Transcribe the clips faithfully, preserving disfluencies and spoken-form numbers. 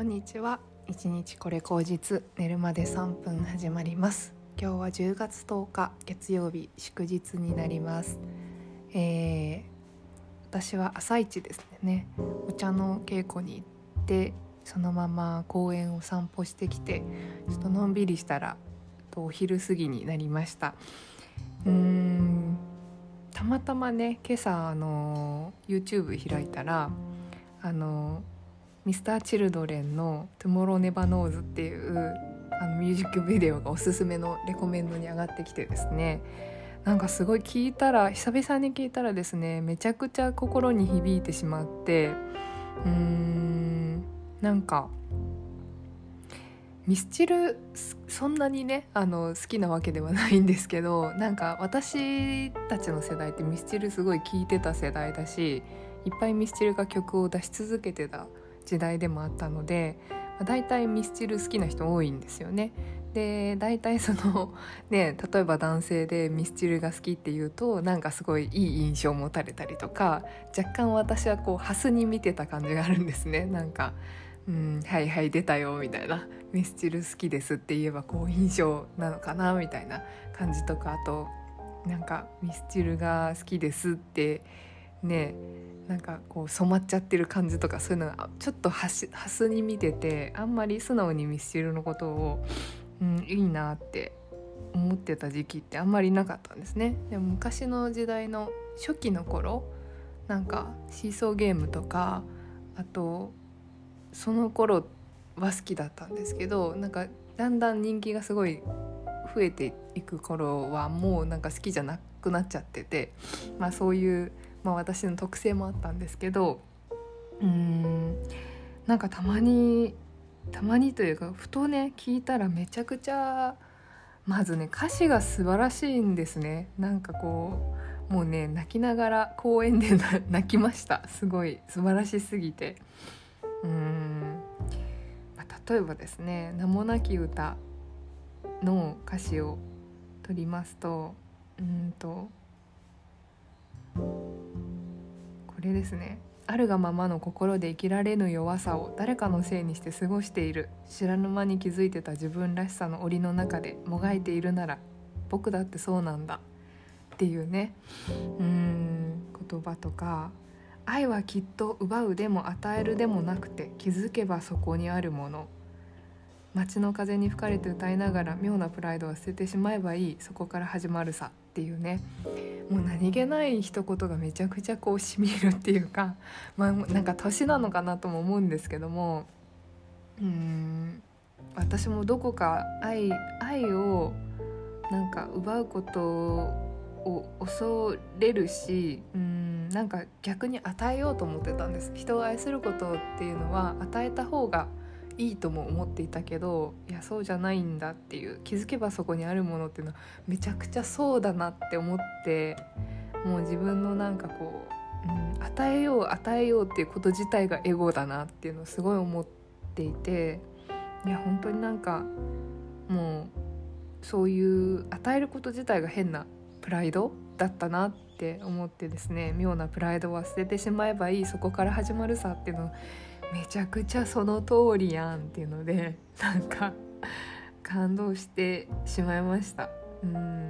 んにちは。一日これ口実、寝るまでさんぷん始まります。今日はじゅうがつとおか月曜日、祝日になります。えー、私は朝一ですね、お茶の稽古に行ってそのまま公園を散歩してきて、ちょっとのんびりしたらお昼過ぎになりました。うーんたまたまね、今朝あの YouTube 開いたらあのミスターチルドレンの Tomorrow Never Knows っていうあのミュージックビデオがおすすめのレコメンドに上がってきてですね、なんかすごい聞いたら久々に聞いたらですね、めちゃくちゃ心に響いてしまって、うーんなんかミスチルそんなにねあの好きなわけではないんですけど、なんか私たちの世代ってミスチルすごい聴いてた世代だし、いっぱいミスチルが曲を出し続けてた時代でもあったので、だいたいミスチル好きな人多いんですよね。でだいたいそのね、例えば男性でミスチルが好きっていうとなんかすごいいい印象を持たれたりとか、若干私はこうハスに見てた感じがあるんですね。なんかうんはいはい出たよみたいな、ミスチル好きですって言えばこう印象なのかなみたいな感じとか、あとなんかミスチルが好きですってね、なんかこう染まっちゃってる感じとか、そういうのがちょっとハス、ハスに見てて、あんまり素直にミスチルのことを、うん、いいなって思ってた時期ってあんまりなかったんですね。でも昔の時代の初期の頃、なんかシーソーゲームとか、あとその頃は好きだったんですけど、なんかだんだん人気がすごい増えていく頃はもうなんか好きじゃなくなっちゃってて、まあそういう、まあ、私の特性もあったんですけど、うーんなんかたまにたまにというかふとね聞いたらめちゃくちゃ、まずね歌詞が素晴らしいんですね。なんかこうもうね泣きながら公園で泣きました。すごい素晴らしすぎて。うーん、まあ、例えばですね、名もなき歌の歌詞を取りますと、うーんとこれですね。あるがままの心で生きられぬ弱さを誰かのせいにして過ごしている。知らぬ間に気づいてた自分らしさの檻の中でもがいているなら僕だってそうなんだっていうね、うーん言葉とか、愛はきっと奪うでも与えるでもなくて気づけばそこにあるもの。街の風に吹かれて歌いながら妙なプライドは捨ててしまえばいい。そこから始まるさっていうね、もう何気ない一言がめちゃくちゃこうしみるっていうか、まあなんか年なのかなとも思うんですけども、うーん私もどこか愛愛をなんか奪うことを恐れるし、うーんなんか逆に与えようと思ってたんです。人を愛することっていうのは与えた方がいいとも思っていたけど、いやそうじゃないんだっていう、気づけばそこにあるものっていうのはめちゃくちゃそうだなって思って、もう自分のなんかこう、うん、与えよう与えようっていうこと自体がエゴだなっていうのをすごい思っていて、いや本当になんかもうそういう与えること自体が変なプライドだったなって思ってですね、妙なプライドは捨ててしまえばいい。そこから始まるさっていうのをめちゃくちゃその通りやんっていうので、なんか感動してしまいました。うん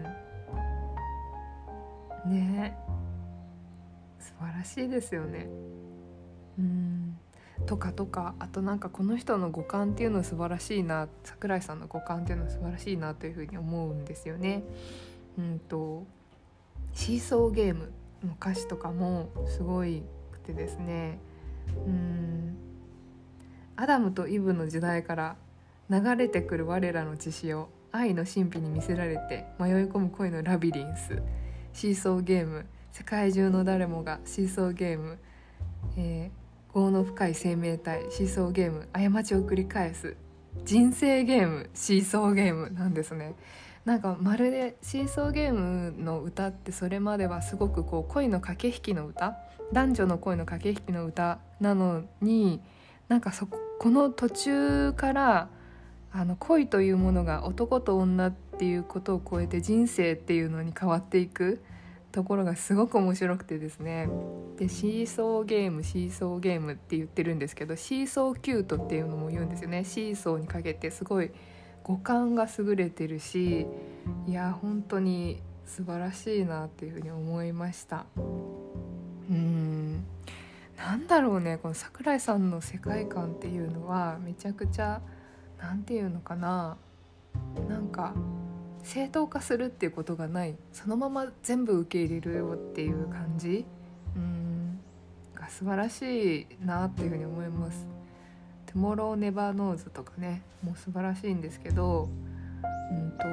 ね、素晴らしいですよね。うんとかとか、あとなんかこの人の五感っていうの素晴らしいな、桜井さんの五感っていうの素晴らしいなというふうに思うんですよね。うんとシーソーゲームの歌詞とかもすごいくてですね、うんアダムとイブの時代から流れてくる我らの血潮、愛の神秘に魅せられて迷い込む恋のラビリンス、シーソーゲーム、世界中の誰もがシーソーゲーム、えー、業の深い生命体、シーソーゲーム、過ちを繰り返す人生ゲーム、シーソーゲームなんですね。なんかまるでシーソーゲームの歌ってそれまではすごくこう恋の駆け引きの歌、男女の恋の駆け引きの歌なのに、なんかそここの途中からあの恋というものが男と女っていうことを超えて人生っていうのに変わっていくところがすごく面白くてですね。でシーソーゲームシーソーゲームって言ってるんですけど、シーソーキュートっていうのも言うんですよね。シーソーにかけてすごい五感が優れてるし、いや本当に素晴らしいなっていうふうに思いました。うーんなんだろうね、この桜井さんの世界観っていうのはめちゃくちゃなんていうのかな、なんか正当化するっていうことがない、そのまま全部受け入れるよっていう感じ、うーんが素晴らしいなっていうふうに思います。Tomorrow Never Knows とかねもう素晴らしいんですけど、うんと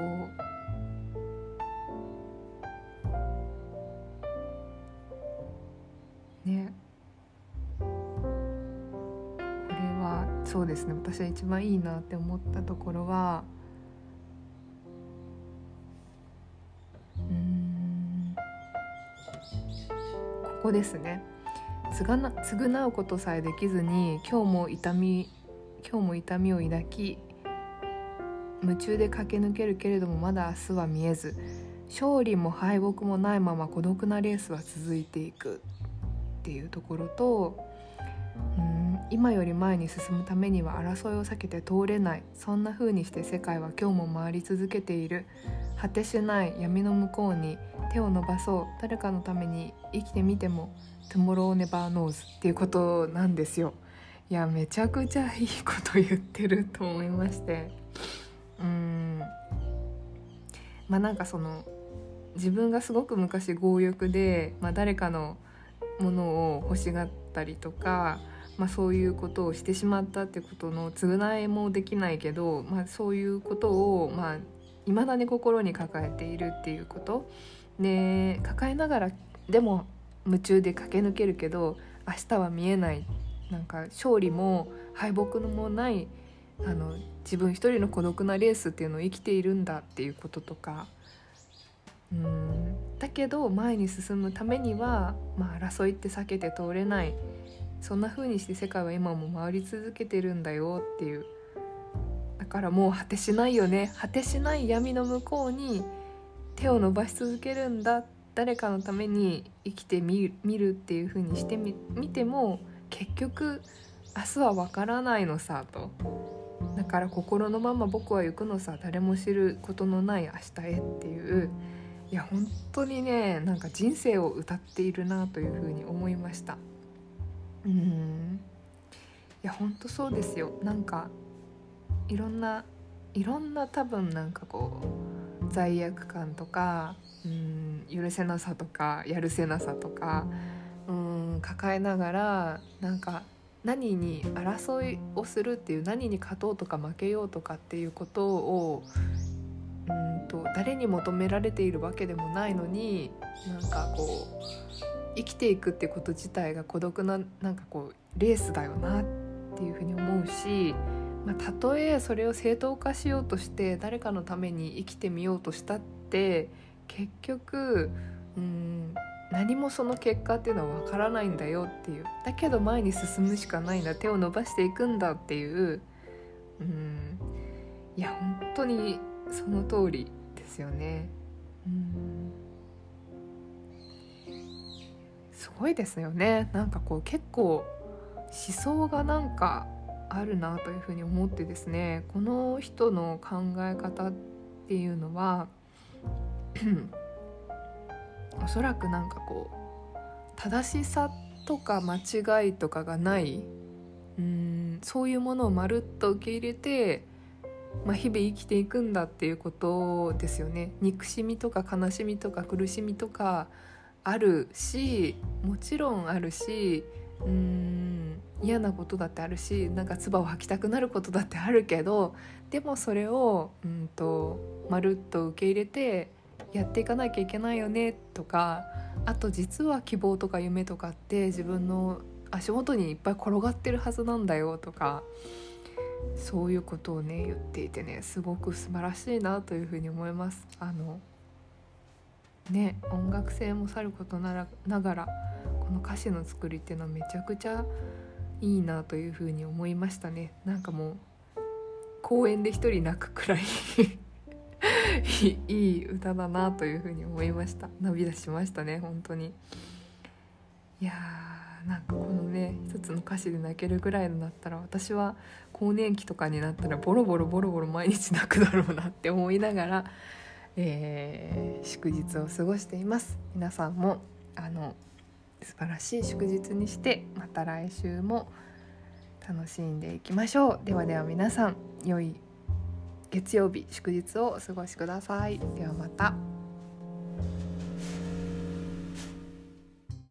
ねこれはそうですね、私は一番いいなって思ったところは、うーんここですね。償うことさえできずに今日も痛み今日も痛みを抱き夢中で駆け抜けるけれどもまだ明日は見えず、勝利も敗北もないまま孤独なレースは続いていくっていうところと、うーん今より前に進むためには争いを避けて通れない、そんな風にして世界は今日も回り続けている、果てしない闇の向こうに手を伸ばそう、誰かのために生きてみても Tomorrow Never Knows っていうことなんですよ。いやめちゃくちゃいいこと言ってると思いまして、うーんまあなんかその自分がすごく昔強欲で、まあ、誰かのものを欲しがったりとか、まあ、そういうことをしてしまったってことの償いもできないけど、まあ、そういうことをまあ未だに心に抱えているっていうことで、抱えながらでも夢中で駆け抜けるけど明日は見えない、なんか勝利も敗北もないあの自分一人の孤独なレースっていうのを生きているんだっていうこととか、うーんだけど前に進むためには、まあ、争いって避けて通れない、そんな風にして世界は今も回り続けてるんだよっていう、だからもう果てしないよね、果てしない闇の向こうに手を伸ばし続けるんだ、誰かのために生きてみるっていう風にしてみ見ても結局明日は分からないのさと、だから心のまま僕は行くのさ、誰も知ることのない明日へっていう、いや本当にねなんか人生を歌っているなというふうに思いました。うーんいや本当そうですよ。なんかいろんないろんな多分なんかこう罪悪感とか、うーん許せなさとかやるせなさとか、うーん抱えながらなんか何に争いをするっていう、何に勝とうとか負けようとかっていうことをうんと誰に求められているわけでもないのに、なんかこう生きていくってこと自体が孤独ななんかこうレースだよなっていうふうに思うし、まあ、たとえそれを正当化しようとして誰かのために生きてみようとしたって結局うん何もその結果っていうのは分からないんだよっていう、だけど前に進むしかないんだ、手を伸ばしていくんだっていう、うんいや本当にその通りですよね。うんすごいですよね。なんかこう結構思想がなんかあるなというふうに思ってですね、この人の考え方っていうのはおそらくなんかこう正しさとか間違いとかがない、うーんそういうものをまるっと受け入れて、まあ、日々生きていくんだっていうことですよね。憎しみとか悲しみとか苦しみとかあるし、もちろんあるし、うーん嫌なことだってあるし、なんか唾を吐きたくなることだってあるけど、でもそれをうんとまるっと受け入れてやっていかなきゃいけないよねとか、あと実は希望とか夢とかって自分の足元にいっぱい転がってるはずなんだよとか、そういうことをね言っていてね、すごく素晴らしいなというふうに思います。あのね音楽性もさることならながらこの歌詞の作りっていうのはめちゃくちゃいいなというふうに思いましたね。なんかもう公園で一人泣くくらいいい歌だなというふうに思いました。涙しましたね本当に。いやーなんかこのね一つの歌詞で泣けるぐらいのだったら、私は更年期とかになったらボロボロボロボロ毎日泣くだろうなって思いながら、えー、祝日を過ごしています。皆さんもあの素晴らしい祝日にして、また来週も楽しんでいきましょう。ではでは皆さん、良い月曜日祝日をお過ごしください。ではまた。